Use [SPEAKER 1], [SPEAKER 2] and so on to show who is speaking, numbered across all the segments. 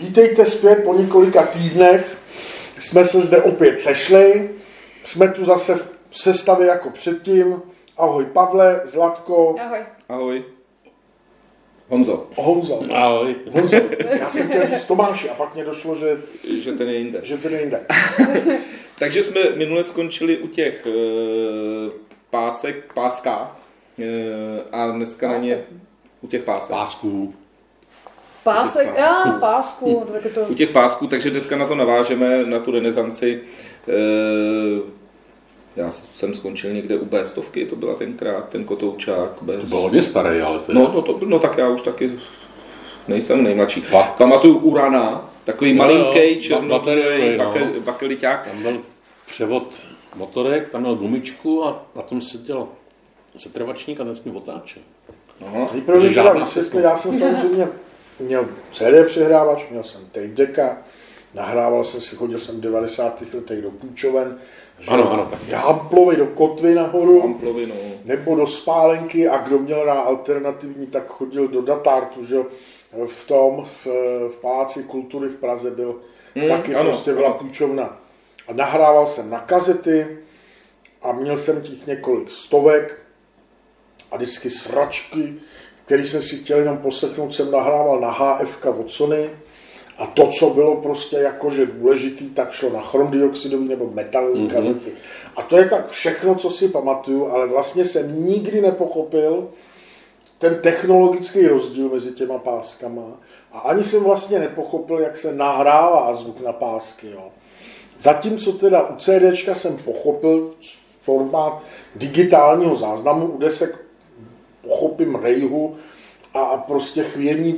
[SPEAKER 1] Vítejte zpět po několika týdnech. Jsme se zde opět sešli. Jsme tu zase v sestavě jako předtím. Ahoj Pavle, Zlatko.
[SPEAKER 2] Ahoj.
[SPEAKER 3] Ahoj. Honzo.
[SPEAKER 1] Ahoj. Honzo. Já jsem chtěl říct Tomáši a pak mě došlo,
[SPEAKER 3] že ten je jinde. Takže jsme minule skončili u těch páskách a dneska na ně u těch
[SPEAKER 1] pásků.
[SPEAKER 2] Pásku.
[SPEAKER 3] U těch pásků, takže dneska na to navážeme, na tu renesanci. Já jsem skončil někde u B100, to byla tenkrát, ten kotoučák.
[SPEAKER 4] To bylo hodně starý, ale teda.
[SPEAKER 3] No tak já už taky nejsem nejmladší. Pamatuju Urana, takový malinký černobílej bakeliťák.
[SPEAKER 4] Tam byl převod motorek, tam měl gumičku a na tom seděl setrvačník a ten s ním otáčel.
[SPEAKER 1] Nejprve teda vysvětlit, já jsem samozřejmě měl CD přehrávač, měl jsem tape decka, nahrával jsem si, chodil jsem v 90. letech do půjčoven, Hamplovej do Kotvy nahoru, nebo do Spálenky a kdo měl rád alternativní, tak chodil do Datártu, že v Paláci kultury v Praze byl byla půjčovna. A nahrával jsem na kazety a měl jsem těch několik stovek a disky sračky, který jsem si chtěl jenom poslechnout, jsem nahrával na HF od Sony a to, co bylo prostě jakože důležitý, tak šlo na chromdioxidový nebo metalový kazety. A to je tak všechno, co si pamatuju, ale vlastně jsem nikdy nepochopil ten technologický rozdíl mezi těma páskama a ani jsem vlastně nepochopil, jak se nahrává zvuk na pásky. Jo. Zatímco teda u CDčka jsem pochopil formát digitálního záznamu, u desek pochopím rejhu a prostě chvění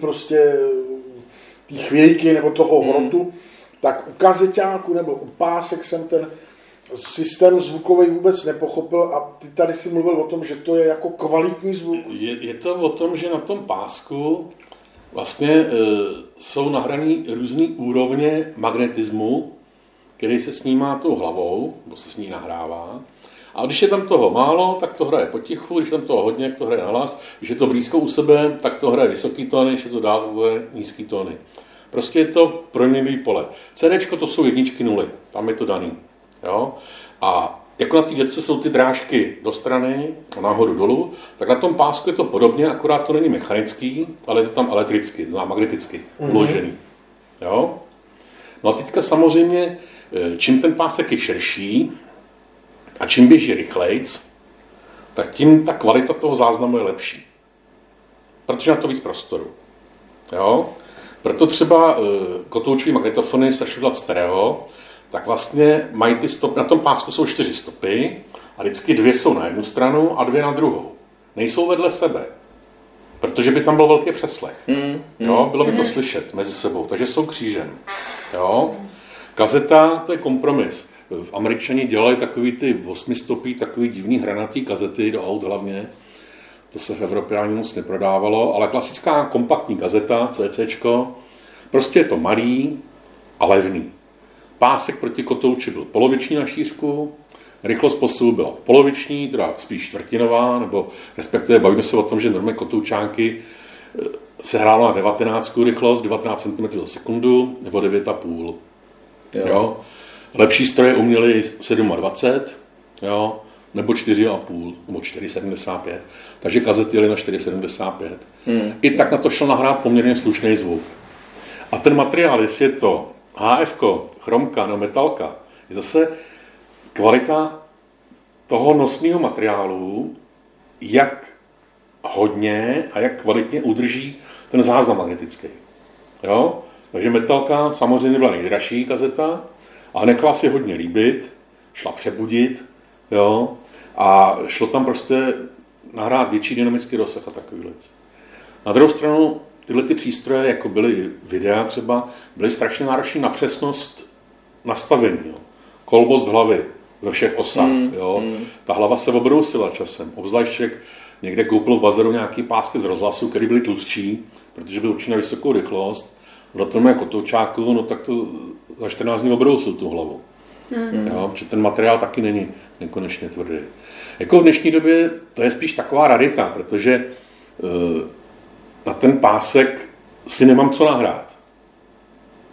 [SPEAKER 1] ty chvějky nebo toho hrotu, tak u kazeťáku nebo u pásek jsem ten systém zvukový vůbec nepochopil a ty tady si mluvil o tom, že to je jako kvalitní zvuk.
[SPEAKER 4] Je to o tom, že na tom pásku vlastně jsou nahraný různý úrovně magnetismu, který se snímá tou hlavou, nebo se s ní nahrává. A když je tam toho málo, tak to hraje potichu, když je tam toho hodně, tak to hraje nahlas. Když je to blízko u sebe, tak to hraje vysoký tóny, když je to dál, tak to hraje nízký tóny. Prostě je to proměnlivý pole. CDčko to jsou jedničky, nuly, tam je to daný. Jo? A jako na té desce jsou ty drážky do strany, nahoru dolů, tak na tom pásku je to podobně, akorát to není mechanický, ale je to tam elektricky, magneticky uložený. Jo? No a teďka samozřejmě, čím ten pásek je širší, a čím běží rychlejc, tak tím ta kvalita toho záznamu je lepší. Protože na to víc prostoru. Jo? Proto třeba kotoučový magnetofony se šli stereo, tak vlastně mají ty stopy, na tom pásku jsou 4 stopy a vždycky 2 jsou na jednu stranu a 2 na druhou. Nejsou vedle sebe, protože by tam byl velký přeslech. Jo? Bylo by to slyšet mezi sebou, takže jsou křížem. Jo? Kazeta, to je kompromis. Američani dělali takový ty 8stopí, takový divný hranatý kazety do aut hlavně. To se v Evropě ani moc neprodávalo, ale klasická kompaktní kazeta, CCčko, prostě je to malý a levný. Pásek proti kotouči byl poloviční na šířku, rychlost posunu byla poloviční, teda spíš čtvrtinová, nebo respektive bavíme se o tom, že normálně kotoučánky se hrálo na 19 rychlost, 19 cm za sekundu, nebo 9,5. Jo? Lepší stroje uměly 27, jo, nebo 4,5, nebo 4,75. Takže kazety jeli na 4,75. I tak na to šel nahrát poměrně slušný zvuk. A ten materiál, jestli je to HF, chromka nebo metalka, je zase kvalita toho nosného materiálu, jak hodně a jak kvalitně udrží ten záznam magnetický. Jo? Takže metalka samozřejmě byla nejdražší kazeta, a nechala si hodně líbit, šla přebudit, jo, a šlo tam prostě nahrát větší dynamický rozsah a takový věc. Na druhou stranu, tyhle ty přístroje, jako byly videa třeba, byly strašně náročné na přesnost nastavení. Jo. Kolbost hlavy ve všech osách. Jo. Ta hlava se obrousila časem. Obzvlášť člověk někde koupil v bazaru nějaký pásky z rozhlasu, které byly tlustší, protože byly určitě na vysokou rychlost. Do toho jako kotoučáku, no tak to za 14 dní obrousil tu hlavu. Jo, protože ten materiál taky není nekonečně tvrdý. Jako v dnešní době to je spíš taková rarita, protože na ten pásek si nemám co nahrát.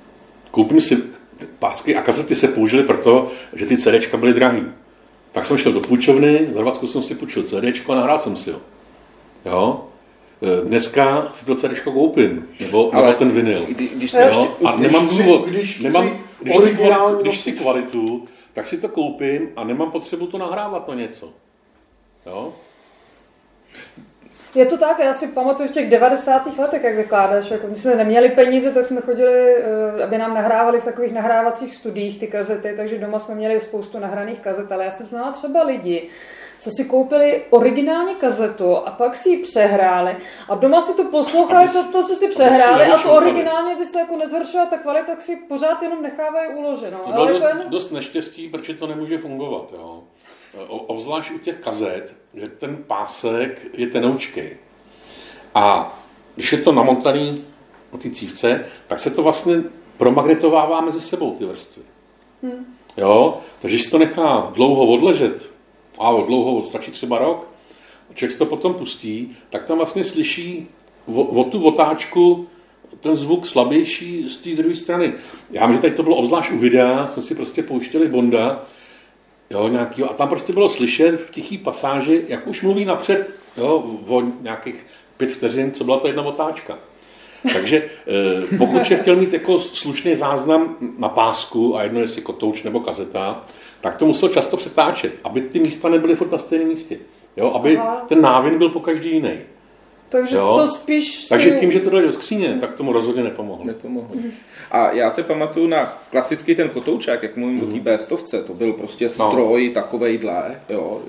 [SPEAKER 4] koupím si pásky a kazety se použily proto, že ty CDčka byly drahý. Tak jsem šel do půjčovny, za 20 jsem si půjčil CDčko a nahrál jsem si ho. Jo? Dneska si to CDčko koupím, nebo ten vinyl. A nemám důvod. Když si kvalitu, tak si to koupím a nemám potřebu to nahrávat na něco. Jo?
[SPEAKER 2] Je to tak, já si pamatuju v těch 90. letech, jak vykládáš, jako my jsme neměli peníze, tak jsme chodili, aby nám nahrávali v takových nahrávacích studiích ty kazety, takže doma jsme měli spoustu nahraných kazet, ale já jsem znala třeba lidi, co si koupili originální kazetu a pak si ji přehráli a doma si to poslouchali, to co si přehráli a to originálně by se jako nezhoršila ta kvalita, tak si pořád jenom nechávají uloženo.
[SPEAKER 4] To bylo dost neštěstí, protože to nemůže fungovat. Jo. Obzvlášť u těch kazet, že ten pásek je tenoučký. A když je to namontaný na té cívce, tak se to vlastně promagnetovává mezi sebou ty vrstvy. Jo? Takže když se to nechá dlouho odležet, a dlouho, stačí třeba rok, a člověk se to potom pustí, tak tam vlastně slyší o tu otáčku ten zvuk slabější z té druhé strany. Já myslím, že tady to bylo obzvlášť u videa, jsme si prostě pouštěli Bonda, jo, nějakýho, a tam prostě bylo slyšet v tichý pasáži, jak už mluví napřed, jo, o nějakých 5 vteřin, co byla ta jedna otáčka. Takže pokud člověk chtěl mít jako slušný záznam na pásku, a jedno jestli kotouč nebo kazeta, tak to musel často přetáčet, aby ty místa nebyly furt na stejném místě. Jo, aby ten návin byl po každý jiný.
[SPEAKER 2] Takže to spíš...
[SPEAKER 4] Takže tím, že to dali do skříně, tak tomu rozhodně nepomohlo.
[SPEAKER 3] A já se pamatuju na klasický ten kotoučák, jak mluvím o té B100, to byl prostě stroj takovejhle, jo.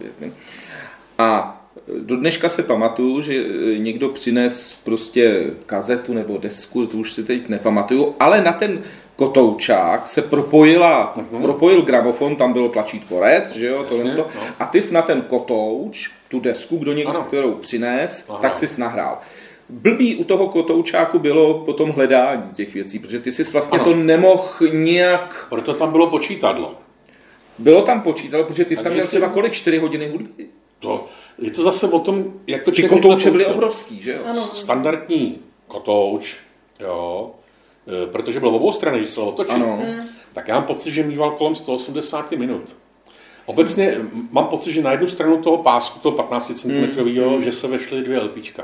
[SPEAKER 3] A do dneška se pamatuju, že někdo přines prostě kazetu nebo desku, to už si teď nepamatuju, ale na ten kotoučák se propojil gramofon, tam bylo tlačítko rec, že jo, a ty jsi na ten kotouč, tu desku, kdo někdo, kterou přines, tak jsi nahrál. Blbý u toho kotoučáku bylo potom hledání těch věcí, protože ty jsi vlastně to nemohl nějak...
[SPEAKER 4] Proto tam bylo počítadlo.
[SPEAKER 3] Bylo tam počítadlo, protože ty jsi tam měl třeba kolik? 4 hodiny hudby?
[SPEAKER 4] Je to zase o tom, jak to
[SPEAKER 3] ty kotouče byly obrovský, že jo?
[SPEAKER 2] Ano.
[SPEAKER 4] Standardní kotouč, jo, protože byl v obou strany, že se otočil, tak já mám pocit, že mýval kolem 180 minut. Obecně mám pocit, že na jednu stranu toho pásku, toho 15 cm, že se vešly 2 LPčka.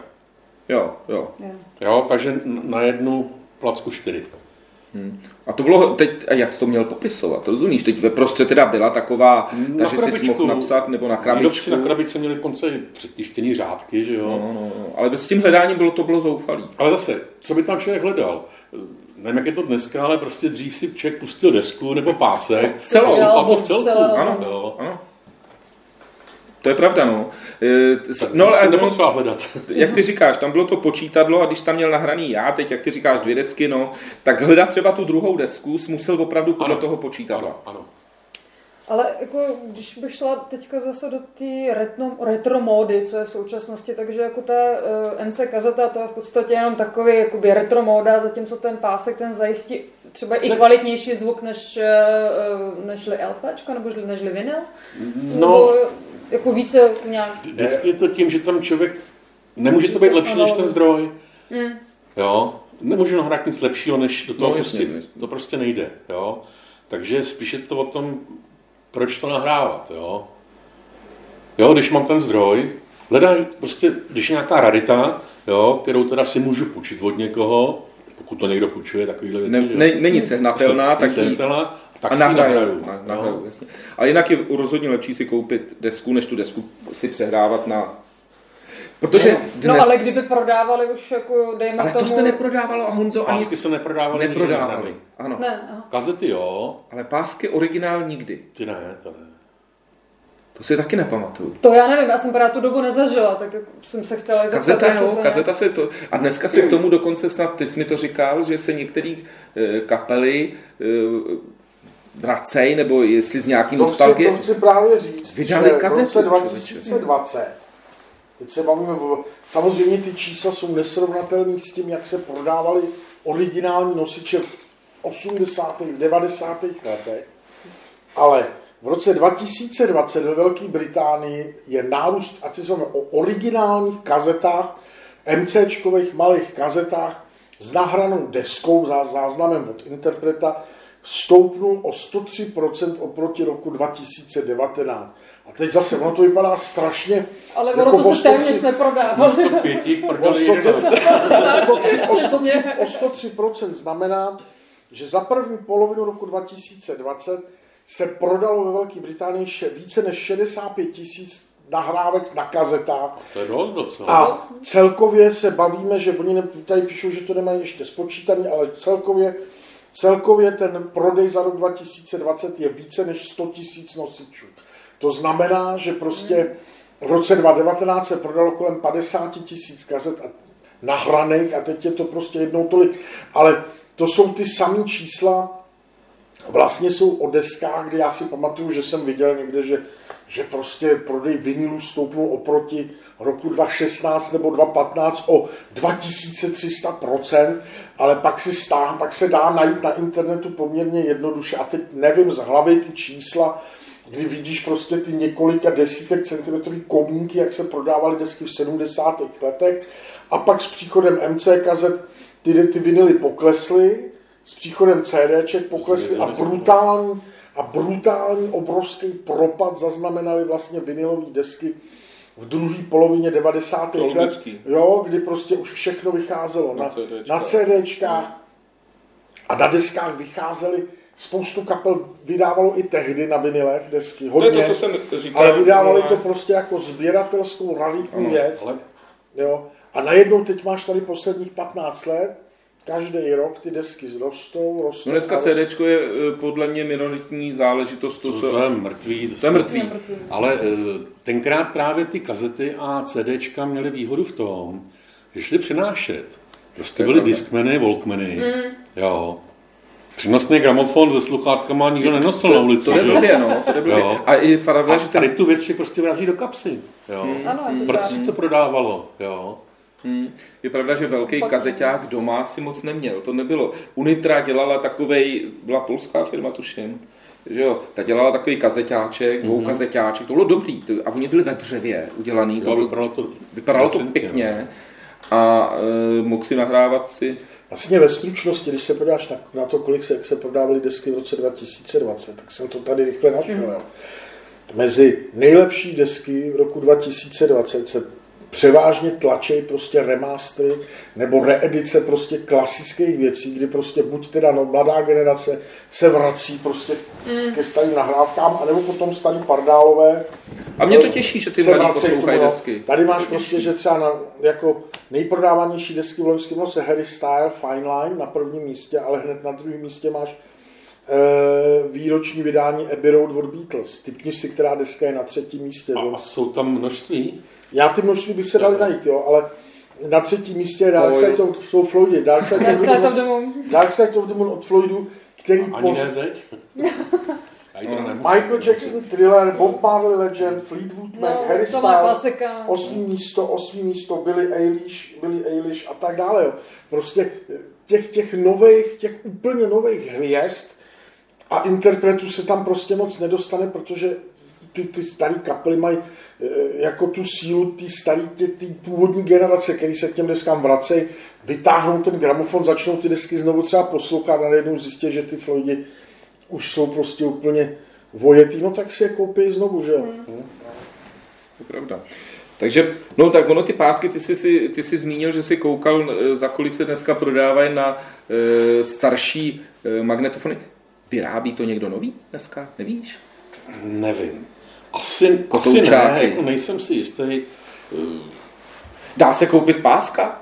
[SPEAKER 4] Jo, takže na jednu placku 4.
[SPEAKER 3] A to bylo teď, jak jsi to měl popisovat, rozumíš? Teď ve prostřed teda byla taková, takže jsi mohl napsat, nebo na krabičku.
[SPEAKER 4] Na krabičce měli konce předtištěný řádky, že jo?
[SPEAKER 3] No. Ale s tím hledáním to bylo zoufalý.
[SPEAKER 4] Ale zase, co by tam člověk hledal? Nevím, jak je to dneska, ale prostě dřív si člověk pustil desku nebo pásek. A to v celku.
[SPEAKER 3] Ano. To je pravda, no.
[SPEAKER 4] Ale nepotřeba hledat.
[SPEAKER 3] Jak ty říkáš, tam bylo to počítadlo a když tam měl nahraný jak ty říkáš 2 desky, tak hledat třeba tu druhou desku jsi musel opravdu podle toho počítadla.
[SPEAKER 4] Ano.
[SPEAKER 2] Ale jako, když bych šla teďka zase do té retro módy, co je v současnosti, takže jako ta MC kazeta, to je v podstatě jenom takový jakoby retro móda, zatímco ten pásek ten zajistí třeba i kvalitnější zvuk nežli LPčko, nebo nežli vinyl?
[SPEAKER 4] No,
[SPEAKER 2] jako více nějak...
[SPEAKER 4] Vždycky je to tím, že tam člověk... Nemůže to být lepší než ten zdroj. Jo? Nemůžu nahrát nic lepšího, než do toho pustit. To prostě nejde. Jo? Takže spíš je to o tom, proč to nahrávat. Jo? Když mám ten zdroj, hledaj prostě, když je nějaká rarita, jo, kterou teda si můžu půjčit od někoho, pokud to někdo půjčuje, takovýhle věci.
[SPEAKER 3] Není sehnatelná, tak
[SPEAKER 4] si nahraju.
[SPEAKER 3] Jasně. Ale jinak je rozhodně lepší si koupit desku, než tu desku si přehrávat na... Protože
[SPEAKER 2] dnes... ale kdyby prodávali už jako, dejme
[SPEAKER 3] ale
[SPEAKER 2] tomu...
[SPEAKER 3] to se neprodávalo, Honzo,
[SPEAKER 4] pásky se neprodávali.
[SPEAKER 3] Ano.
[SPEAKER 4] Kazety jo.
[SPEAKER 3] Ale pásky originál nikdy.
[SPEAKER 4] Ty ne, to ne.
[SPEAKER 3] To si taky nepamatuju.
[SPEAKER 2] To já nevím, já jsem právě tu dobu nezažila, tak jsem se chtěla zeptat.
[SPEAKER 3] Kazeta se to... A dneska se k tomu dokonce snad, ty jsi mi to říkal, že se některé kapely vracej, nebo jestli z nějaký nostalgie...
[SPEAKER 1] To chci právě říct,
[SPEAKER 3] vydali kazetu.
[SPEAKER 1] V roce 2020, teď se bavíme, samozřejmě ty čísla jsou nesrovnatelné s tím, jak se prodávaly originální nosiče v 80. 90. letech, ale v roce 2020 ve Velké Británii je nárůst, ať se o originálních kazetách, MCčkových malých kazetách s nahranou deskou, záznamem od interpreta, stoupnul o 103% oproti roku 2019. A teď zase, ono to vypadá strašně...
[SPEAKER 2] Ale ono jako to se téměř neprodávalo.
[SPEAKER 1] O 103% znamená, že za první polovinu roku 2020 se prodalo ve Velké Británii více než 65 000 nahrávek na kazetách.
[SPEAKER 4] To je docela.
[SPEAKER 1] A celkově se bavíme, že oni tady píšou, že to nemají ještě spočítaný, ale celkově ten prodej za rok 2020 je více než 100 000 nosičů. To znamená, že prostě v roce 2019 se prodalo kolem 50 000 kazet nahraných a teď je to prostě jednou tolik. Ale to jsou ty samé čísla, vlastně jsou o deskách, kde já si pamatuju, že jsem viděl někde, že prostě prodej vinilu stoupnul oproti roku 2016 nebo 2015 o 2300%, ale pak se dá najít na internetu poměrně jednoduše. A teď nevím z hlavy ty čísla, kdy vidíš prostě ty několika desítek centimetrový komínky, jak se prodávaly desky v 70. letech. A pak s příchodem MC kazet ty vinily poklesly, s příchodem CDček poklesly a brutální obrovský propad zaznamenaly vlastně vinylové desky v druhé polovině 90. let, jo, kdy prostě už všechno vycházelo na CDčkách a na deskách vycházely. Spoustu kapel vydávalo i tehdy na vinylech desky, hodně,
[SPEAKER 3] to je to, co jsem říkal,
[SPEAKER 1] ale vydávali to prostě jako sběratelskou raritní věc. Ale... Jo. A najednou teď máš tady posledních 15 let, každý rok ty desky rostou.
[SPEAKER 3] No dneska CDčko je podle mě minoritní záležitost.
[SPEAKER 4] To je mrtvý. To je mrtvý. Ale tenkrát právě ty kazety a CDčka měly výhodu v tom, že šli přenášet. Prostě byly Discmany, Walkmany, jo. Přenosný gramofon se sluchátkama nikdo nenosil na ulici.
[SPEAKER 3] To je blbě, no. A i pravda, že
[SPEAKER 4] tady tu věc si prostě vrazí do kapsy. Jo. Proto si to prodávalo. Jo.
[SPEAKER 3] Je pravda, že velký kazeťák doma si moc neměl. To nebylo. Unitra dělala byla polská firma, tuším. Že jo, ta dělala takový kazeťáček, dvoukazeťáček. To bylo dobrý. A oni byli ve dřevě udělaný. Vypadalo to pěkně. A mohl si nahrávat si...
[SPEAKER 1] Vlastně ve stručnosti, když se podíváš na to, kolik se prodávaly desky v roce 2020, tak jsem to tady rychle našel. Mezi nejlepší desky v roku 2020 se převážně tlačí prostě remastery nebo reedice prostě klasických věcí, kdy prostě buď teda mladá generace se vrací prostě ke starým nahrávkám, anebo potom starý pardálové.
[SPEAKER 3] A mě to těší, že ty mladí poslouchají desky.
[SPEAKER 1] Tady máš prostě, že třeba jako nejprodávanější desky v loňském roce Harry Styles, Fine Line na prvním místě, ale hned na druhém místě máš výroční vydání Abbey Road od Beatles. Typni si, která deska je na třetím místě.
[SPEAKER 4] A jsou tam množství?
[SPEAKER 1] Já ty množství bych se dali najít, jo, ale na třetím místě je Dark Side of Floydy. Dark Side of the Moon od Floydu, který...
[SPEAKER 4] Ani nezeď?
[SPEAKER 1] Michael Jackson, Thriller, Bob Marley Legend, Fleetwood Mac, Harry Styles, 8. místo, Billie Eilish a tak dále. Jo. Prostě těch úplně nových hvězd a interpretů se tam prostě moc nedostane, protože ty staré kapely mají jako tu sílu ty původní generace, který se k těm deskám vracejí, vytáhnou ten gramofon, začnou ty desky znovu třeba poslouchat a najednou zjistí, že ty Floydy už jsou prostě úplně vojetý, no tak si je koupí znovu, že jo.
[SPEAKER 3] To je pravda. Takže, no tak ono ty pásky, ty jsi zmínil, že jsi koukal, za kolik se dneska prodávají na starší magnetofony. Vyrábí to někdo nový dneska, nevíš?
[SPEAKER 4] Nevím. Asi ne, jako nejsem si jistý.
[SPEAKER 3] Dá se koupit páska?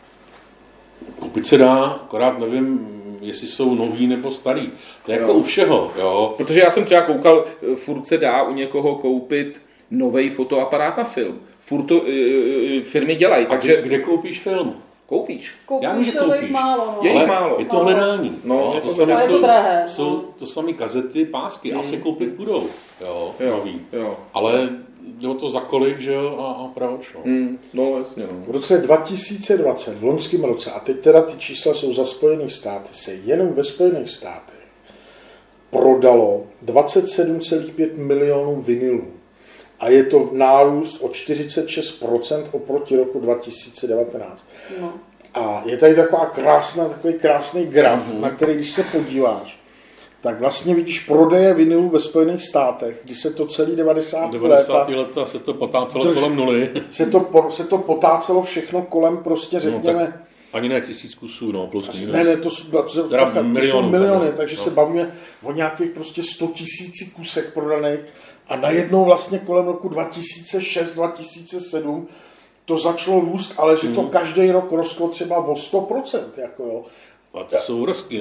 [SPEAKER 4] Koupit se dá, akorát nevím, jestli jsou nový nebo starý. To je jako u všeho, jo.
[SPEAKER 3] Protože já jsem třeba koukal, furt se dá u někoho koupit nový fotoaparát na film. Furt to firmy dělají. Takže...
[SPEAKER 4] Kde koupíš film?
[SPEAKER 3] Koupíš.
[SPEAKER 2] Já vím, že koupíš. Málo, no.
[SPEAKER 3] Je jich málo.
[SPEAKER 4] Je to hledání.
[SPEAKER 3] No,
[SPEAKER 4] jsou to samé kazety, pásky. Asi koupit budou. Jo, nový.
[SPEAKER 3] Jo.
[SPEAKER 4] Ale bylo to za kolik, že jo, a proč? No.
[SPEAKER 3] No, jasně, no.
[SPEAKER 1] V roce 2020, v loňském roce, a teď teda ty čísla jsou za Spojených státy, se jenom ve Spojených státech prodalo 27,5 milionů vinylů. A je to nárůst o 46% oproti roku 2019.
[SPEAKER 2] No.
[SPEAKER 1] A je tady takový krásný graf, na který, když se podíváš, tak vlastně vidíš prodeje vinylů ve Spojených státech, když se to celý 90.
[SPEAKER 4] leta se to potácelo kolem nuly.
[SPEAKER 1] Se to potácelo všechno kolem prostě, řekněme...
[SPEAKER 4] No, ani ne 1000 kusů, no, plus minus.
[SPEAKER 1] Ne, to jsou miliony, takže se bavíme o nějakých prostě 100 000 kusech prodaných a najednou vlastně kolem roku 2006-2007 to začalo růst, ale že to každý rok rostlo třeba o 100%. Jako jo.
[SPEAKER 4] A to jsou úrovky.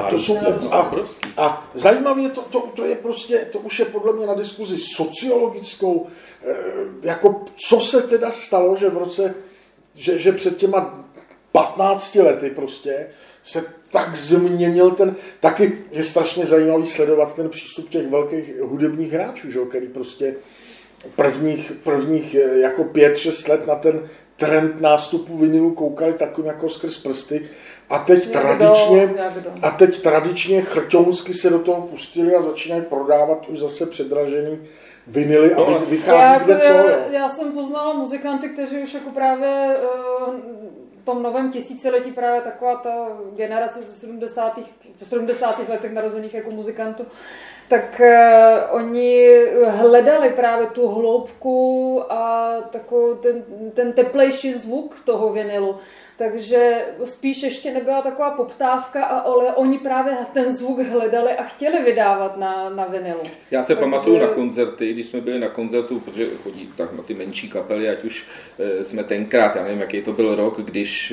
[SPEAKER 1] A zajímavé to je prostě, to už je podle mě na diskuzi sociologickou, jako co se teda stalo, že v roce, že před těma 15 lety prostě se tak změnil taky je strašně zajímavý sledovat ten přístup těch velkých hudebních hráčů, že, který prostě prvních jako 5-6 let na ten trend nástupu vinilu koukali takovým jako skrz prsty a teď tradičně chrťounsky se do toho pustili a začínají prodávat už zase předražený vinily a vychází kde co.
[SPEAKER 2] Já jsem poznala muzikanty, kteří už jako právě v tom novém tisíciletí právě taková ta generace ze 70. letech narozených jako muzikantů, tak oni hledali právě tu hloubku a takový ten teplejší zvuk toho vinilu. Takže spíš ještě nebyla taková poptávka, ale oni právě ten zvuk hledali a chtěli vydávat na vinilu.
[SPEAKER 3] Já se pamatuju na koncerty, když jsme byli na koncertu, protože chodí tak na ty menší kapely, ať už jsme tenkrát, já nevím, jaký to byl rok, když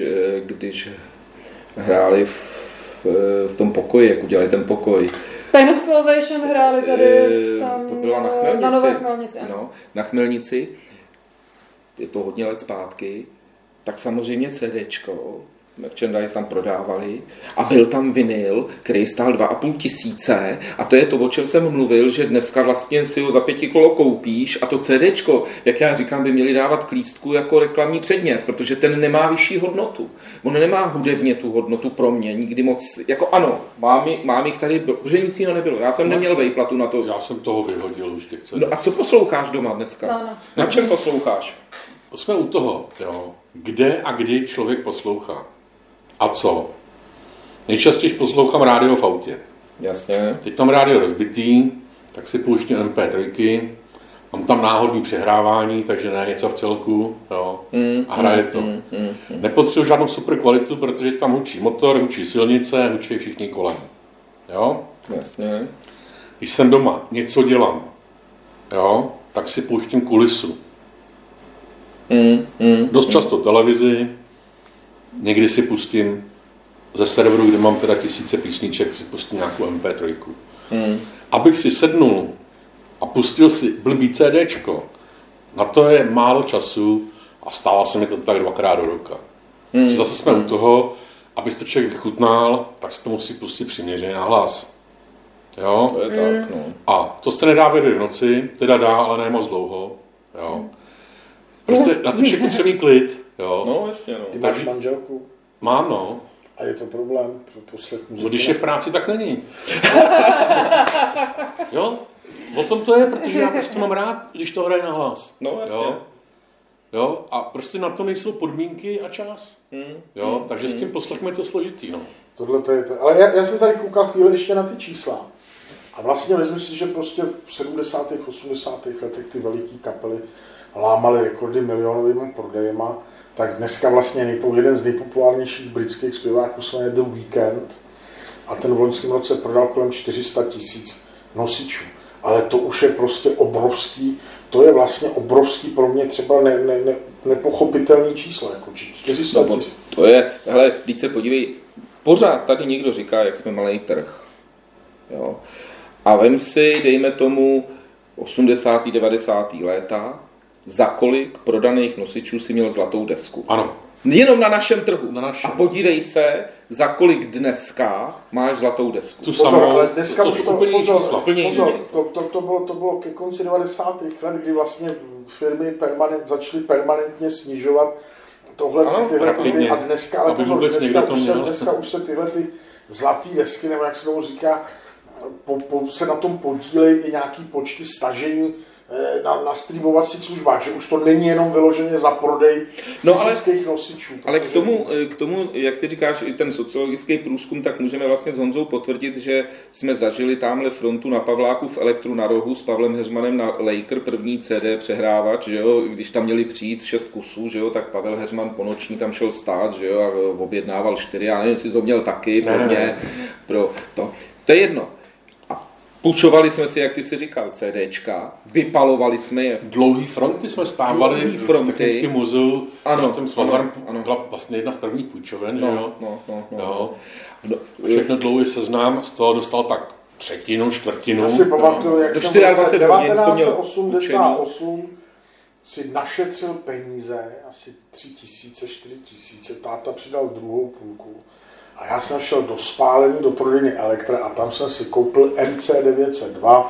[SPEAKER 3] hráli v tom pokoji, jak udělali ten pokoj.
[SPEAKER 2] Pain of Salvation hráli tady
[SPEAKER 3] to byla na Chmelnici.
[SPEAKER 2] Na Nové Chmelnici.
[SPEAKER 3] No, na Chmelnici, je to hodně let zpátky, tak samozřejmě CDčko, merchandise tam prodávali a byl tam vinyl, který stál 2500 a to je to, o čem jsem mluvil, že dneska vlastně si ho za 5 kilo koupíš a to CDčko, jak já říkám, by měli dávat k lístku jako reklamní předmět, protože ten nemá vyšší hodnotu. On nemá hudebně tu hodnotu pro mě, nikdy moc, jako ano, mám jich tady, protože nic jiného nebylo, já jsem neměl vejplatu na to.
[SPEAKER 4] Já jsem toho vyhodil už těch CDček.
[SPEAKER 3] No a co posloucháš doma dneska?
[SPEAKER 2] No.
[SPEAKER 3] Na čem posloucháš?
[SPEAKER 4] Jsme u toho, jo. Kde a kdy člověk poslouchá. A co? Nejčastěji poslouchám rádio v autě.
[SPEAKER 3] Jasně.
[SPEAKER 4] Teď mám rádio rozbitý, tak si pouštím MP3, mám tam náhodný přehrávání, takže ne něco v celku, jo. A hraje to. Nepotřebuji žádnou super kvalitu, protože tam hučí motor, hučí silnice, hučí všichni kolem. Jo?
[SPEAKER 3] Jasně.
[SPEAKER 4] Když jsem doma, něco dělám, jo, tak si pouštím kulisu. Dost často televizi, někdy si pustím ze serveru, kde mám teda 1000 písniček, si pustím nějakou MP3. Abych si sednul a pustil si blbý CDčko, na to je málo času a stává se mi to tak 2krát do roka. Zase jsme u toho, abys to člověk vychutnal, tak se to musí pustit přiměřeně na hlas. Jo?
[SPEAKER 3] To je tak, no.
[SPEAKER 4] A to se nedá vědět v noci, teda dá, ale ne moc dlouho. Jo? Prostě na to všechno třeba klid. Jo?
[SPEAKER 3] No, jasně, no.
[SPEAKER 1] Ty máš manželku?
[SPEAKER 4] Mám, no.
[SPEAKER 1] A je to problém? Poslech muziky?
[SPEAKER 4] No, když je v práci, tak není. Jo? O tom to je, protože já prostě mám rád, když to hraje na hlas.
[SPEAKER 3] No, jasně.
[SPEAKER 4] Jo? A prostě na to nejsou podmínky a čas. Jo? Takže s tím poslechem je to složitý, no.
[SPEAKER 1] Tohle to je to. Ale já jsem tady koukal chvíli ještě na ty čísla. A vlastně vezmi si, že prostě v 70. 80. letech ty veliký kapely lámaly rekordy milionovými prodejema, tak dneska vlastně jeden z nejpopulárnějších britských zpěváků se jmenuje The Weeknd a ten v loňském roce prodal kolem 400 000 nosičů. Ale to už je prostě obrovský, to je vlastně obrovský pro mě třeba nepochopitelný číslo. Jako 400 000.
[SPEAKER 3] To je, hele, když se podívej, pořád tady někdo říká, jak jsme malý trh. Jo. A vem si, dejme tomu 80. 90. léta, za kolik prodaných nosičů si měl zlatou desku.
[SPEAKER 4] Ano.
[SPEAKER 3] Jenom na našem trhu.
[SPEAKER 4] Na našem.
[SPEAKER 3] A podívej se, za kolik dneska máš zlatou desku.
[SPEAKER 1] Tu samou, ale dneska
[SPEAKER 4] už to úplně čísla.
[SPEAKER 1] To bylo ke konci 90. let, kdy vlastně firmy začaly permanentně snižovat tyhle a dneska, ale dneska už se tyhle ty zlatý desky, nebo jak se tomu říká, se na tom podílejí i nějaký počty stažení na streamovacích službách, že už to není jenom vyloženě za prodej fyzických nosičů.
[SPEAKER 3] Ale k tomu, jak ty říkáš, i ten sociologický průzkum, tak můžeme vlastně s Honzou potvrdit, že jsme zažili tamhle frontu na Pavláku v Elektru na rohu s Pavlem Heřmanem na Laker, první CD přehrávač, že jo, když tam měli přijít 6 kusů, že jo, tak Pavel Heřman po noční tam šel stát, že jo, a objednával 4, já nevím, jestli to měl taky pro mě, pro to. To je jedno. Půjčovali jsme si, jak ty jsi říkal, CDčka, vypalovali jsme je.
[SPEAKER 4] Dlouhý fronty jsme stávali v Technickém muzeu. Ano, tím svazem byla vlastně jedna z prvních půjčoven, že jo? No. Všechno dlouhý seznám, z toho dostal tak třetinu, čtvrtinu.
[SPEAKER 1] Já si pamatuju, jak jsem v 1988 si našetřil peníze, asi 3 000, 4 000, táta přidal druhou půlku. A já jsem šel do spálení, do prodejny Elektra a tam jsem si koupil MC902.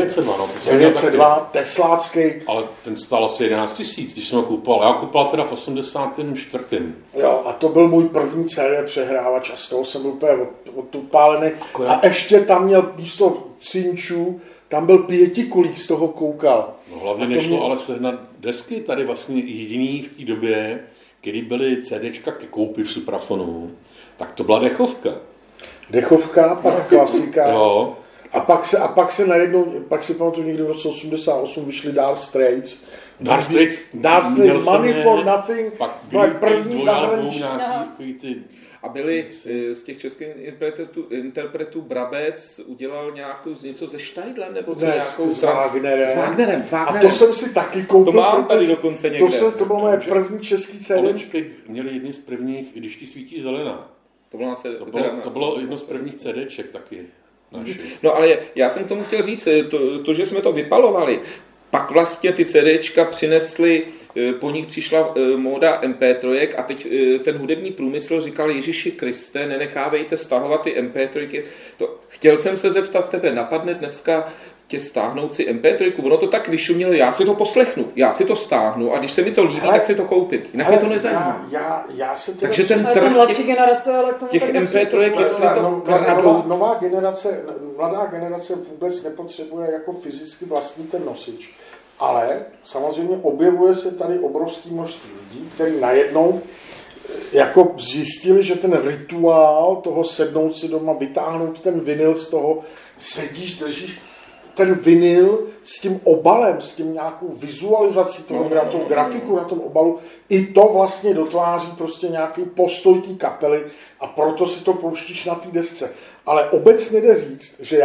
[SPEAKER 1] 902, teslácký.
[SPEAKER 4] Ale ten stál asi 11 000, když jsem ho kupoval. Já kupoval teda v 84.
[SPEAKER 1] Jo, a to byl můj první CD přehrávač a z toho jsem byl úplně odpálený. A ještě tam měl místo cinčů, tam byl 5kulík, z toho koukal.
[SPEAKER 4] No hlavně nešlo ale sehnat desky, tady vlastně jediný v té době, kdy byly CDčka ke koupi v Suprafonu. Tak to byla dechovka.
[SPEAKER 1] Dechovka, pak klasika.
[SPEAKER 4] Jo.
[SPEAKER 1] A pak se najednou, pak si pamatuju někdy v roce 88 vyšli Dire Straits.
[SPEAKER 4] Dire Straits,
[SPEAKER 1] Money for Nothing,
[SPEAKER 4] pak
[SPEAKER 1] první zahraniční.
[SPEAKER 3] A byli z těch českých interpretů Brabec udělal něco se Štajdlem nebo nějakou
[SPEAKER 1] s Wagnerem.
[SPEAKER 3] A
[SPEAKER 1] to jsem si taky koupil.
[SPEAKER 3] To mám tady dokonce někde.
[SPEAKER 1] To bylo moje první český CD.
[SPEAKER 4] Měli jedni z prvních, když ti svítí zelená. To bylo jedno z prvních CDček taky.
[SPEAKER 3] No ale já jsem k tomu chtěl říct, to, že jsme to vypalovali, pak vlastně ty CDčka přinesly, po nich přišla móda MP3 a teď ten hudební průmysl říkal, Ježíši Kriste, nenechávejte stahovat ty MP3. Chtěl jsem se zeptat tebe, napadne dneska tě stáhnout si MP3, ono to tak vyšumělo, já si to poslechnu, já si to stáhnu a když se mi to líbí, tak si to koupím. Jinak mě to nezajímá. Takže ten trh těch MP3, jestli to kradou.
[SPEAKER 1] Mladá generace vůbec nepotřebuje jako fyzicky vlastní ten nosič. Ale samozřejmě objevuje se tady obrovský množství lidí, kteří najednou jako zjistili, že ten rituál toho sednout si doma, vytáhnout ten vinyl z toho, sedíš, držíš ten vinyl s tím obalem, s tím nějakou vizualizací toho, tou grafiku na tom obalu, i to vlastně dotváří prostě nějaký postoj té kapely a proto si to pouštíš na té desce. Ale obecně jde říct, že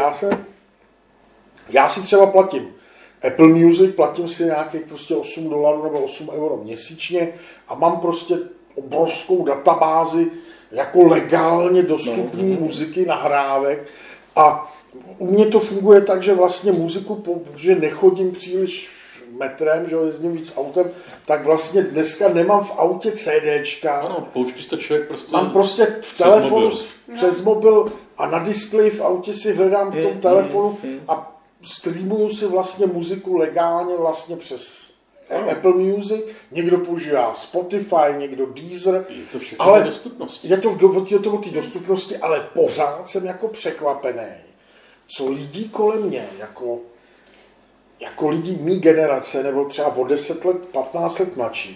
[SPEAKER 1] já si třeba platím Apple Music, platím si nějakých prostě $8 nebo €8 měsíčně a mám prostě obrovskou databázi jako legálně dostupné muziky, nahrávek a u mě to funguje tak, že vlastně muziku, protože nechodím příliš metrem, že jezdím víc autem, tak vlastně dneska nemám v autě CDčka.
[SPEAKER 4] Ano, pouštíš to člověk prostě.
[SPEAKER 1] Mám prostě v telefonu přes mobil a na displeji v autě si hledám v tom telefonu a streamuju si vlastně muziku legálně vlastně přes Apple Music, někdo používá Spotify, někdo Deezer.
[SPEAKER 4] Je to všechno ale dostupnosti.
[SPEAKER 1] Je to o té dostupnosti, ale pořád jsem jako překvapený, co lidí kolem mě, jako lidí mý generace, nebo třeba o 10 let, 15 let mladší,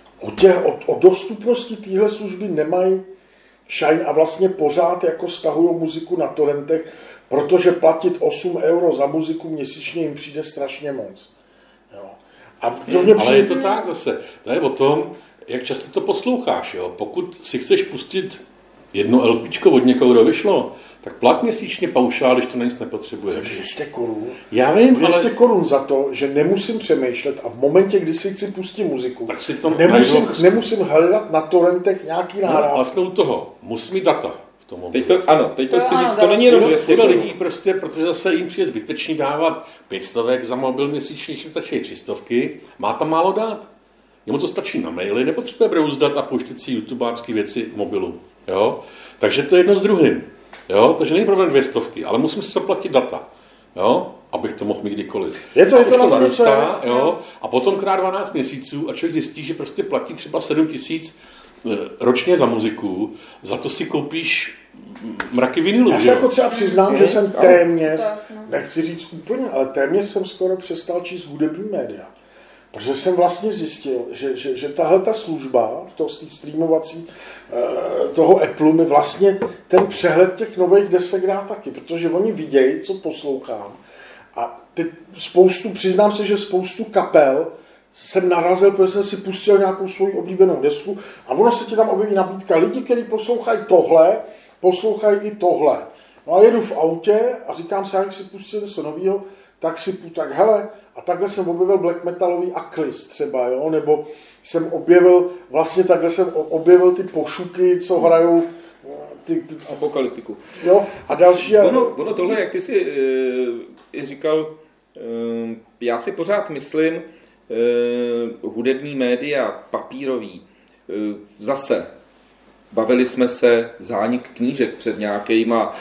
[SPEAKER 1] o dostupnosti téhle služby nemají šajn a vlastně pořád jako stahujou muziku na torrentech, protože platit €8 za muziku měsíčně jim přijde strašně moc. Jo.
[SPEAKER 4] Ale je to tak zase. To je o tom, jak často to posloucháš. Jo. Pokud si chceš pustit jedno LPčko od někoho, kdo vyšlo, tak plat měsíčně paušál, když to na nic nepotřebuješ.
[SPEAKER 1] 200 korun.
[SPEAKER 4] Já vím,
[SPEAKER 1] 200 korun za to, že nemusím přemýšlet a v momentě, kdy si chci pustit muziku,
[SPEAKER 4] tak si to
[SPEAKER 1] nemusím hledat na torrentech nějaký nahrávky.
[SPEAKER 4] Ale jsme u toho. Musí mít data.
[SPEAKER 3] Teď to chci říct, to není jenom 200
[SPEAKER 4] lidí prostě, protože zase jim přijde zbytečný dávat 500 za mobil měsíčně, když jim stačí 300, má tam málo dát. Jemu to stačí na maily, nepotřebuje brouzdat a pouštět si YouTubeácké věci v mobilu. Jo? Takže to je jedno s druhým. Jo? Takže není problém 200, ale musím si zaplatit data. Jo? Abych to mohl mít kdykoliv.
[SPEAKER 1] Je to
[SPEAKER 4] narůstá, jo? A potom krát 12 měsíců a člověk zjistí, že prostě platí třeba 7 000 ročně za muziku, za to si koupíš mraky vinilu.
[SPEAKER 1] Já se jako třeba přiznám, že jsem téměř, nechci říct úplně, ale téměř jsem skoro přestal číst hudební média. Protože jsem vlastně zjistil, že tahle ta služba, toho streamovací, toho Apple mi vlastně ten přehled těch nových desek dá taky, protože oni vidějí, co poslouchám. A přiznám se, že spoustu kapel jsem narazil, protože jsem si pustil nějakou svoji oblíbenou desku a ono se ti tam objeví nabídka. Lidi, kteří poslouchají tohle, poslouchají i tohle. No a jedu v autě a říkám si, jak si pustil něco nového, tak hele, a takhle jsem objevil black metalový Aklis třeba, jo, nebo jsem objevil ty pošuky, co hrajou ty
[SPEAKER 3] Apokalyptiku.
[SPEAKER 1] Jo, a další...
[SPEAKER 3] Ono tohle, jak ty jsi říkal, já si pořád myslím, hudební média, papírový, zase bavili jsme se zánik knížek před nějakýma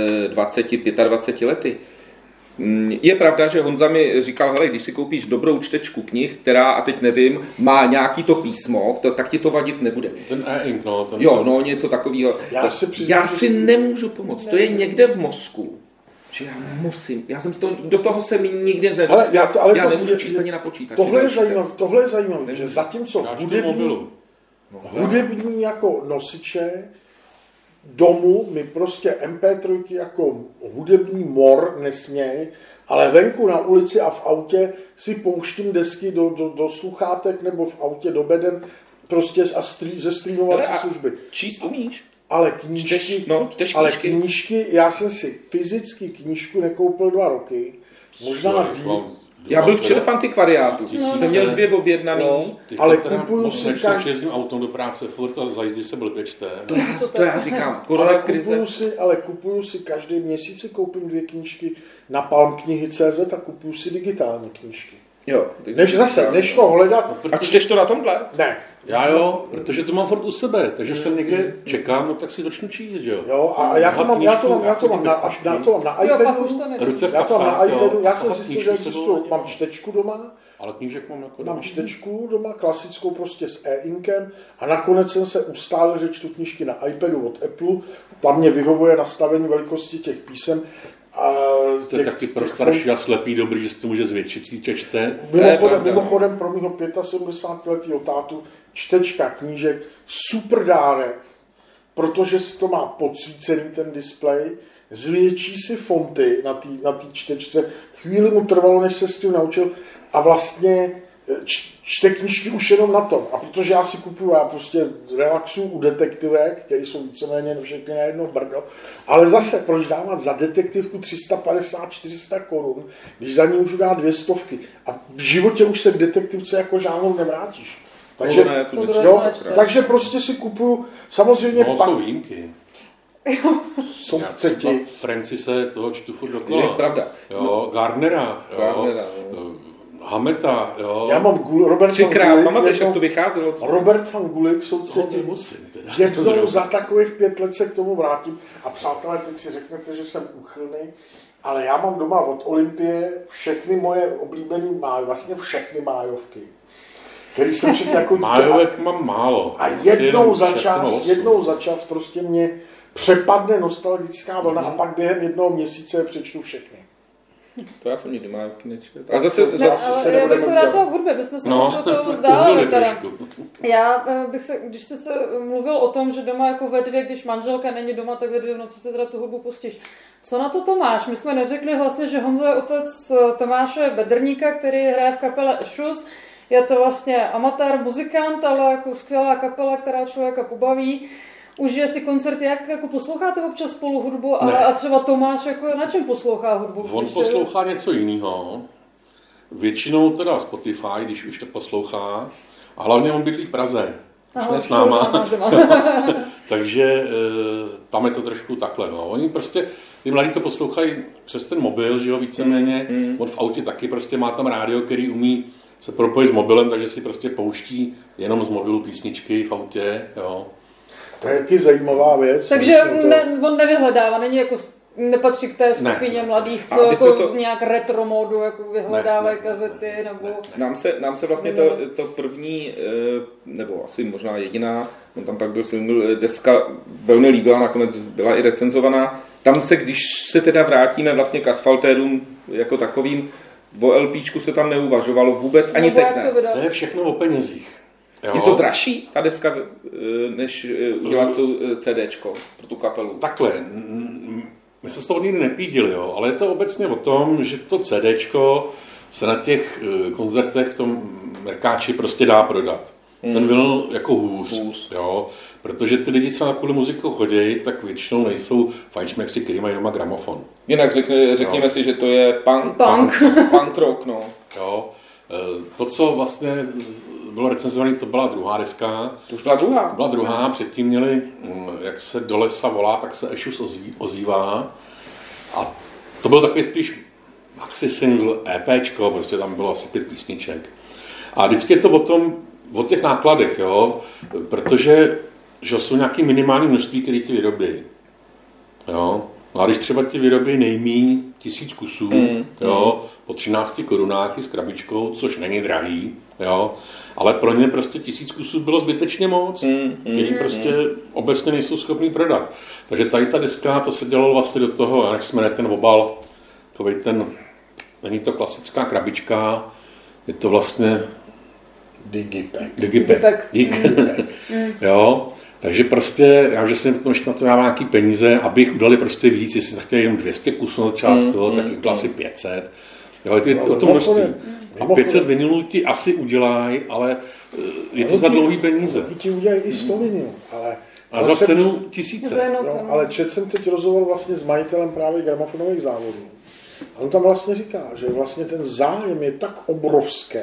[SPEAKER 3] 20-25 lety. Je pravda, že Honza mi říkal, hele, když si koupíš dobrou čtečku knih, která, a teď nevím, má nějaký to písmo, tak ti to vadit nebude.
[SPEAKER 4] Ten e-ink, no.
[SPEAKER 3] Něco takového. Já si nemůžu pomoct, to je někde v mozku. Že já musím, do toho se mi nikdy nedostal. Já nemůžu číst ani na počítači.
[SPEAKER 1] Tohle je zajímavé, že zatímco hudební jako nosiče domu mi prostě MP3 jako hudební mor nesměj, ale venku na ulici a v autě si pouštím desky do sluchátek nebo v autě do beden prostě ze streamovací služby.
[SPEAKER 3] Číst umíš?
[SPEAKER 1] Ale knížky, já jsem si fyzicky knížku nekoupil 2 roky, možná
[SPEAKER 3] Já byl včera v antikvariátu, jsem měl 2 objednaný.
[SPEAKER 1] Ale kupuju si
[SPEAKER 4] každý... jezdím autem do práce furt a zajistí se blbečte.
[SPEAKER 3] To já říkám, korona krize.
[SPEAKER 1] Kupuju si každý měsíc si koupím 2 knížky na palmknihy.cz a kupuju si digitální knížky.
[SPEAKER 3] Jo.
[SPEAKER 1] Než to hledat.
[SPEAKER 3] A čteš to na tomhle?
[SPEAKER 1] Ne.
[SPEAKER 4] Já jo, protože to mám furt u sebe, takže jsem někde čekám, no tak si začnu číst, že jo.
[SPEAKER 1] Jo, a já to mám na iPadu.
[SPEAKER 4] Ruce v
[SPEAKER 1] iPadu. Já jsem zjistil, že mám čtečku doma.
[SPEAKER 4] Ale knížek mám jako
[SPEAKER 1] mám čtečku doma, klasickou prostě s e-inkem a nakonec jsem se ustálil, že čtu knížky na iPadu od Apple. Tam mě vyhovuje nastavení velikosti těch písem.
[SPEAKER 4] To je taky pro starší a slepý dobrý, že se to může zvětšit, si čečte.
[SPEAKER 1] Mimochodem pro mýho 75letého tátu čtečka knížek super dárek, protože si to má podsvícený ten displej, zvětší si fonty na té čtečce. Chvíli mu trvalo, než se s tím naučil a vlastně čte knížky už jenom na tom. A protože já si kupuju, já prostě relaxuju u detektivek, které jsou víceméně všechny na jedno brdo, ale zase, proč dávat za detektivku 350-400 korun, když za ní můžu dát 200. A v životě už se k detektivce jako žádnou nevrátíš. Takže prostě si kupuju, samozřejmě
[SPEAKER 4] pak... jsou výjimky.
[SPEAKER 1] Jsou chceti.
[SPEAKER 4] Francise toho čtu furt dokola.
[SPEAKER 3] Je pravda.
[SPEAKER 4] Jo, Gardnera. Hameta, jo.
[SPEAKER 1] Já mám Robert van
[SPEAKER 3] Gulik. Pamatuješ, jak to vycházelo?
[SPEAKER 1] Robert van Gulik jsou ceti. Jednou za takových 5 let se k tomu vrátím. A přátelé, teď si řeknete, že jsem úchylný, ale já mám doma od Olympie všechny moje oblíbené vlastně všechny májovky. Který jsem četl jako dítě.
[SPEAKER 4] Májovek mám málo.
[SPEAKER 1] A jednou za čas prostě mě přepadne nostalgická vlna a pak během 1 měsíce přečtu všechny.
[SPEAKER 3] To já jsem nikdy májovky nečetl.
[SPEAKER 2] Ale já bych se vrátila k hudbě, bychom se to vzdálili teda. Já bych se, když jste se mluvil o tom, že doma jako ve 2, když manželka není doma, tak ve 2 v noci se teda tu hudbu pustíš. Co na to Tomáš? My jsme neřekli vlastně, že Honza je otec Tomáše Bedrníka, který hraje v kapele Ešus. Je to vlastně amatér, muzikant, ale jako skvělá kapela, která člověka pobaví. Užije si koncerty, jak jako posloucháte občas spolu hudbu a třeba Tomáš jako na čem poslouchá hudbu?
[SPEAKER 4] On poslouchá něco jiného. Většinou teda Spotify, když už to poslouchá. A hlavně on bydlí v Praze. Už ne s náma. Takže tam je to trošku takhle. No. Oni prostě, ty mladí to poslouchají přes ten mobil, že jo, víceméně. On v autě taky prostě má tam rádio, který umí se propojit s mobilem, takže si prostě pouští jenom z mobilu písničky v autě, jo.
[SPEAKER 1] To je taky zajímavá věc.
[SPEAKER 2] Takže on nevyhledává, není jako nepatří k té skupině mladých, co jako nějak retro módu jako vyhledávají kazety, nebo...
[SPEAKER 3] Nám se vlastně to první, nebo asi možná jediná, on tam pak byl single, deska velmi líbila, nakonec byla i recenzovaná. Tam se, když se teda vrátíme vlastně k asfaltérům jako takovým, o LPčku se tam neuvažovalo vůbec, ani teď ne.
[SPEAKER 4] To je všechno o penězích. Jo.
[SPEAKER 3] Je to dražší, ta deska, než udělat tu CDčko pro tu kapelu?
[SPEAKER 4] Takhle, my se z toho nikdy nepídili, jo, ale je to obecně o tom, že to CDčko se na těch koncertech v tom Merkáči prostě dá prodat. Ten vinyl jako hůř. Jo, protože ty lidi, co na kvůli muziku chodí, tak většinou nejsou fajnšmekři, který mají doma gramofon.
[SPEAKER 3] Jinak řekněme si, že to je punk rock, no.
[SPEAKER 4] Jo, to, co vlastně bylo recenzované, to byla druhá deska.
[SPEAKER 3] To už byla druhá?
[SPEAKER 4] To byla druhá, předtím měli, jak se do lesa volá, tak se Ešus ozývá. A to byl takový spíš maxi single, EPčko, prostě tam bylo asi 5 písniček. A vždycky je to o těch nákladech, jo, protože že jsou nějaký minimální množství, které ti vyrobí. Jo. A když třeba ti vyrobí nejmíň 1000 kusů, jo, po 13 korunách s krabičkou, což není drahý, jo, ale pro ně prostě 1000 kusů bylo zbytečně moc, který prostě obecně nejsou schopní prodat. Takže tady ta deska, to se dělalo vlastně do toho, jak jsme ten obal, není to klasická krabička, je to vlastně Digipack. Jo, takže prostě, já že jsem na to dával nějaký peníze, abych udali prostě víc, jestli chtěli jenom 200 kusů na začátku, tak jich bylo asi 500. Jo, je to o tom množství. 500 vinylů ti asi udělají, ale je to za dlouhý peníze.
[SPEAKER 1] Ti udělají i 100 vinylů, ale...
[SPEAKER 4] A za cenu 1000.
[SPEAKER 1] No, ale četl jsem teď rozhovor vlastně s majitelem právě gramofonových závodů. A on tam vlastně říká, že vlastně ten zájem je tak obrovský,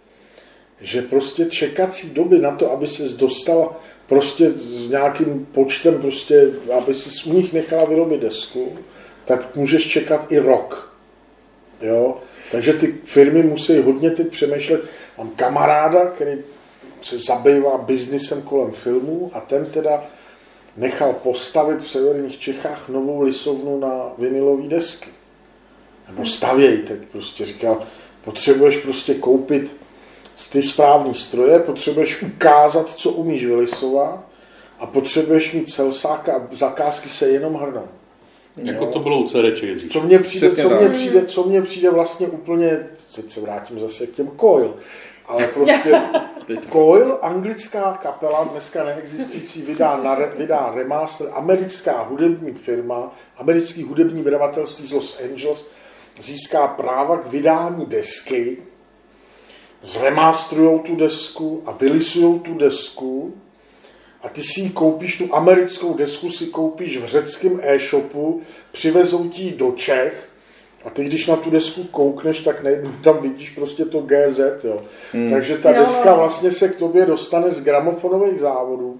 [SPEAKER 1] že prostě čekací doby na to, aby ses dostala prostě s nějakým počtem, prostě, aby si u nich nechala vyrobit desku, tak můžeš čekat i rok. Jo? Takže ty firmy musí hodně teď přemýšlet. Mám kamaráda, který se zabývá biznisem kolem filmů a ten teda nechal postavit v severních Čechách novou lisovnu na vinylové desky. Nebo stavěj teď, prostě říkal, potřebuješ prostě koupit ty správní stroje, potřebuješ ukázat, co umíš vylisovat a potřebuješ mít celsáka a zakázky se jenom hrnou.
[SPEAKER 4] Jako to bylo u CDček dřív.
[SPEAKER 1] Co mně přijde vlastně úplně, teď se vrátím zase k těm Coil, ale prostě Coil, anglická kapela, dneska neexistující, vydá remaster, americká hudební firma, americký hudební vydavatelství z Los Angeles získá práva k vydání desky, zremastrujou tu desku a vylisujou tu desku a ty si ji koupíš, tu americkou desku si koupíš v řeckém e-shopu, přivezou ti ji do Čech a ty, když na tu desku koukneš, tak najednou tam vidíš prostě to GZ, jo. Takže ta deska vlastně se k tobě dostane z gramofonových závodů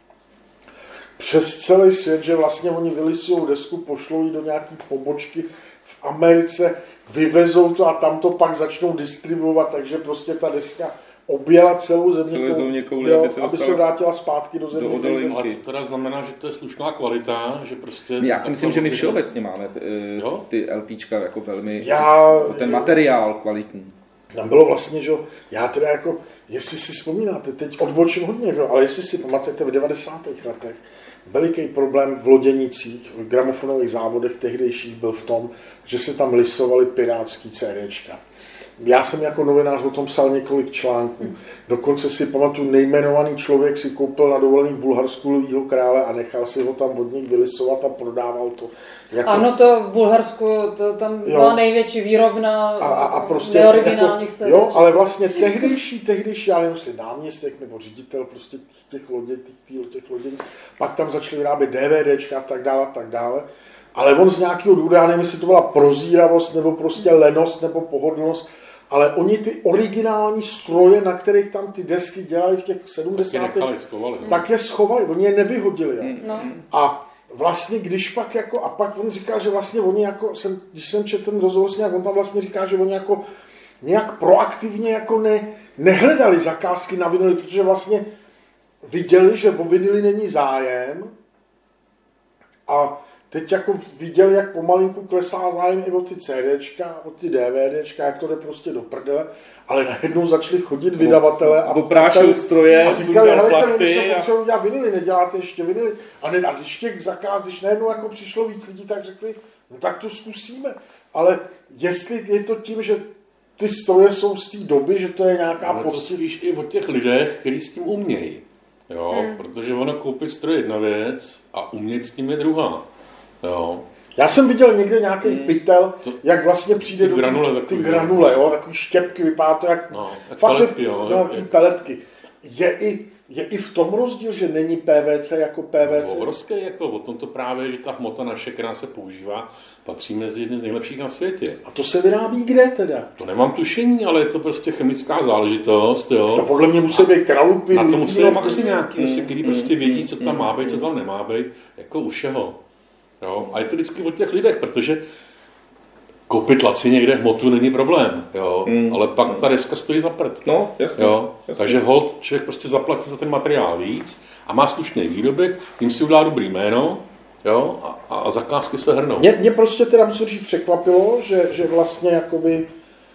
[SPEAKER 1] přes celý svět, že vlastně oni vylisujou desku, pošlou ji do nějaký pobočky v Americe, vyvezou to a tam to pak začnou distribuovat, takže prostě ta deska objela celou země, aby se vrátila zpátky do země.
[SPEAKER 4] Ale to teda znamená, že to je slušná kvalita, že prostě...
[SPEAKER 3] Já si myslím, že my všeobecně máme ty LPčka jako velmi... ten materiál kvalitní.
[SPEAKER 1] Tam bylo vlastně, že já teda jako, jestli si vzpomínáte, teď odbočím hodně, že? Ale jestli si pamatujete v 90. letech, veliký problém v Loděnicích, v gramofonových závodech tehdejších byl v tom, že se tam lisovaly pirátský CDčka. Já jsem jako novinář o tom psal několik článků. Dokonce si pamatuju, nejmenovaný člověk si koupil na dovolený v Bulharsku Lvýho krále a nechal si ho tam od nich vylisovat a prodával to. Jako...
[SPEAKER 2] Ano, to v Bulharsku, to tam byla největší výrobna
[SPEAKER 1] a prostě
[SPEAKER 2] neoriginálních CDček.
[SPEAKER 1] Jo, ale vlastně tehdejší, já nevím, jestli náměstek nebo ředitel prostě těch loděnic, pak tam začali vyrábět DVDčka a tak dále. Ale on z nějakého důvodu, já nevím, jestli to byla prozíravost, nebo prostě lenost, nebo pohodlnost, ale oni ty originální stroje, na kterých tam ty desky dělali v těch 70. tak je schovali, oni je nevyhodili. No. A vlastně když pak jako, a pak on říkal, že vlastně oni jako, když jsem četl ten rozhovor s nějak, on tam vlastně říká, že oni jako nějak proaktivně jako nehledali zakázky na vinyly, protože vlastně viděli, že o vinyly není zájem a teď jako viděl, jak pomalinku klesá zájem i o ty CDčka, o ty DVDčka, jak to jde prostě do prdele, ale najednou začali chodit vydavatelé a
[SPEAKER 3] poprášil stroje,
[SPEAKER 1] a říkali, hele, my jsme potřebovali dělat vinily, neděláte ještě vinily. A když těch zakáz, když najednou jako přišlo víc lidí, tak řekli, no tak to zkusíme. Ale jestli je to tím, že ty stroje jsou z té doby, že to je nějaká
[SPEAKER 4] pocit. To víš i o těch lidech, kteří s tím umějí. Jo, protože ono koupit stroj jedna věc a umět s tím je druhá. Jo.
[SPEAKER 1] Já jsem viděl někde nějaký pytel, jak vlastně přijde do ty granule, jo, takový štěpky, vypadá to jak
[SPEAKER 4] peletky, jo.
[SPEAKER 1] Peletky. Je i v tom rozdíl, že není PVC jako PVC?
[SPEAKER 4] Obrovské, jako o tom to právě, že ta hmota naše, která se používá, patří mezi jedny z nejlepších na světě.
[SPEAKER 1] A to se vyrábí kde teda?
[SPEAKER 4] To nemám tušení, ale je to prostě chemická záležitost, jo.
[SPEAKER 1] No podle mě musí být kralupy,
[SPEAKER 4] na to musí maxi nějaký, který prostě vědí, co tam má být, co tam nemá být, jako u všeho. Jo. A je to vždycky o těch lidech, protože koupit lacině někde hmotu není problém, jo. Ale pak ta deska stojí za prd.
[SPEAKER 3] No, jasně.
[SPEAKER 4] Jo. Takže holt člověk prostě zaplatí za ten materiál víc a má slušný výrobek, tím si udělá dobrý jméno, jo, a zakázky se hrnou.
[SPEAKER 1] Mě prostě teda musím říct překvapilo, že vlastně jakoby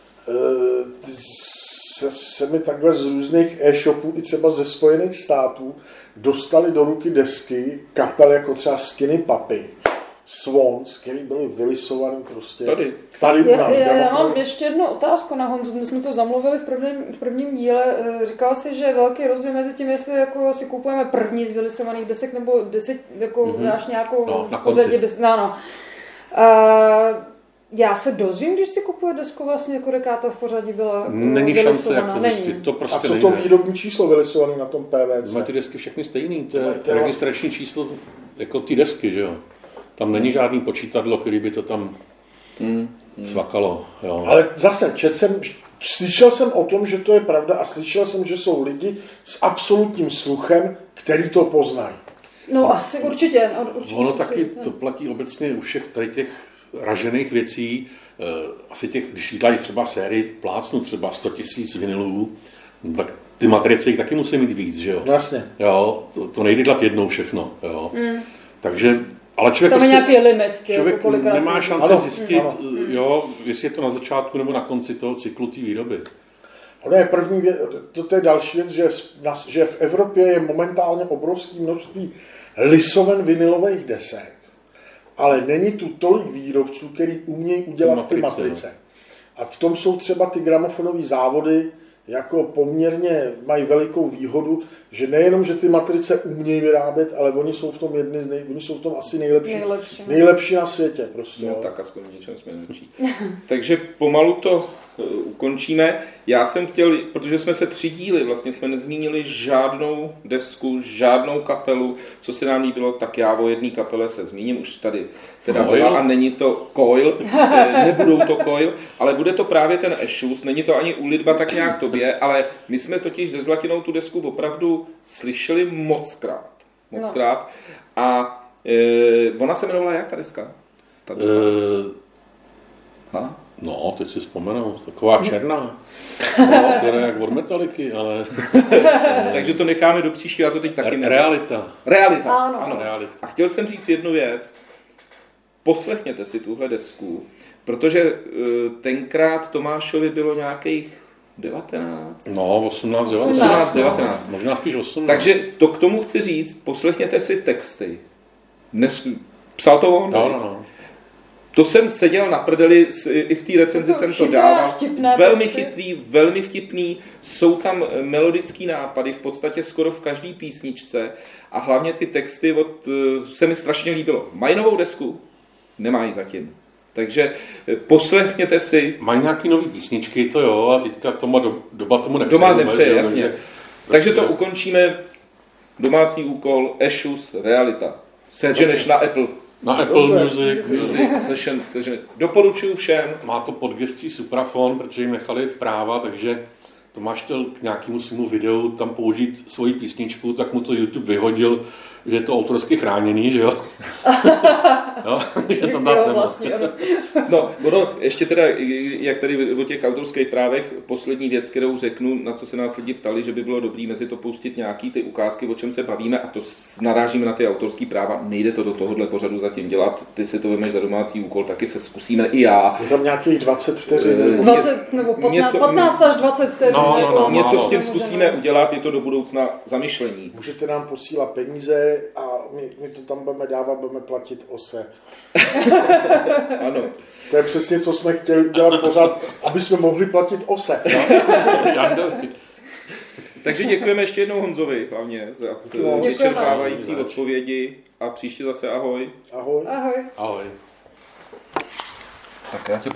[SPEAKER 1] se mi takhle z různých e-shopů i třeba ze Spojených států dostali do ruky desky kapel jako třeba Skinny Puppy, Swans, který byly vylisovaný prostě. Tady
[SPEAKER 2] já mám ještě jednu otázku na Honzu. My jsme to zamluvili v prvním díle. Říkal jsi, že je velký rozdíl mezi tím, jestli jako si kupujeme první z vylisovaných desek, nebo 10, jako dáš nějakou
[SPEAKER 4] na konci.
[SPEAKER 2] Já se dozvím, když si kupuje desku vlastně, jako jaká v pořadí byla
[SPEAKER 4] není šance, jak to zjistit. To prostě
[SPEAKER 1] a co to výrobní číslo vylisované na tom PVC?
[SPEAKER 4] Mají ty desky všechny stejný. To je registrační číslo jako ty desky, že jo. Tam není žádný počítadlo, který by to tam cvakalo. Jo.
[SPEAKER 1] Ale zase, slyšel jsem o tom, že to je pravda a slyšel jsem, že jsou lidi s absolutním sluchem, který to poznají.
[SPEAKER 2] No asi určitě.
[SPEAKER 4] Ono taky to platí obecně u všech tady těch ražených věcí. Asi těch, když dělají třeba sérii plácnu třeba 100 000 vinylů, tak ty matrice taky musí mít víc, že jo?
[SPEAKER 1] No jasně.
[SPEAKER 4] Jo, to nejde dělat jednou všechno, jo. Takže ale člověk
[SPEAKER 2] tam je nějaký limit.
[SPEAKER 4] Člověk nemá šanci zjistit, jo, jestli je to na začátku nebo na konci toho cyklu té výroby.
[SPEAKER 1] To je první věc, to je další věc, že v Evropě je momentálně obrovské množství lisoven vinylových desek, ale není tu tolik výrobců, který umějí udělat ty matrice. A v tom jsou třeba ty gramofonové závody, jako poměrně mají velikou výhodu, že nejenom, že ty matrice umějí vyrábět, ale oni jsou v tom oni jsou v tom asi nejlepší na světě. Prostě,
[SPEAKER 3] no tak aspoň něčem jsme nejlepší. Takže pomalu to ukončíme. Já jsem chtěl, protože jsme se 3 díly, vlastně jsme nezmínili žádnou desku, žádnou kapelu, co se nám líbilo, tak já o jedné kapele se zmíním, už tady teda byla a není to Coil, nebudou to Coil, ale bude to právě ten Ashes, není to ani úlitba tak nějak tobě, ale my jsme totiž se Zlatinou tu desku opravdu slyšeli mockrát. A ona se jmenovala jak ta deska?
[SPEAKER 4] No, teď si vzpomenu, taková černá. Skoro jak od Metalliky, ale...
[SPEAKER 3] Takže to necháme do příště, já to teď taky nevím.
[SPEAKER 4] Realita.
[SPEAKER 3] Ano. Realita. A chtěl jsem říct jednu věc. Poslechněte si tuhle desku, protože tenkrát Tomášovi bylo nějakých 19.
[SPEAKER 4] No, 18,
[SPEAKER 3] 19.
[SPEAKER 4] Možná spíš 18.
[SPEAKER 3] Takže to k tomu chci říct, poslechněte si texty. Psal to on?
[SPEAKER 4] No.
[SPEAKER 3] To jsem seděl na prdeli, i v té recenzi jsem to dával. Velmi chytrý, velmi vtipný, jsou tam melodický nápady, v podstatě skoro v každé písničce a hlavně ty texty se mi strašně líbilo. Mají novou desku? Nemají zatím. Takže poslechněte si.
[SPEAKER 4] Mají nějaký nový písničky, to jo, a teďka doba tomu nepřeje.
[SPEAKER 3] Jasně. Takže to ukončíme. Domácí úkol, Ashes, Realita. Seženeš na Apple.
[SPEAKER 4] Na Apple Music.
[SPEAKER 3] Doporučuju všem.
[SPEAKER 4] Má to pod gestí Supraphon, protože jim nechali práva, takže Tomáš chtěl k nějakému svému videu tam použít svoji písničku, tak mu to YouTube vyhodil, že je to autorsky chráněný, že jo? Jo, že tam dát nemohl.
[SPEAKER 2] Vlastně,
[SPEAKER 3] no, ono, ještě teda, jak tady o těch autorských právech, poslední věc, kterou řeknu, na co se nás lidi ptali, že by bylo dobrý mezi to pustit nějaký ty ukázky, o čem se bavíme, a to narážíme na ty autorský práva, nejde to do tohohle pořadu zatím dělat, ty si to vemeš za domácí úkol, taky se zkusíme i já.
[SPEAKER 1] Je tam nějakých 20 vteřin?
[SPEAKER 2] 20 nebo 15 až 20 vteřin.
[SPEAKER 3] Něco s tím zkusíme udělat, je to do budoucna zamyšlení.
[SPEAKER 1] Můžete nám posílat peníze a my to tam budeme dávat, budeme platit OSE.
[SPEAKER 3] Ano.
[SPEAKER 1] To je přesně, co jsme chtěli udělat pořád, aby jsme mohli platit OSE.
[SPEAKER 3] Takže děkujeme ještě jednou Honzovi hlavně za vyčerpávající odpovědi a příště zase ahoj.
[SPEAKER 1] Ahoj.
[SPEAKER 2] Ahoj.
[SPEAKER 4] Ahoj.
[SPEAKER 3] Tak já tě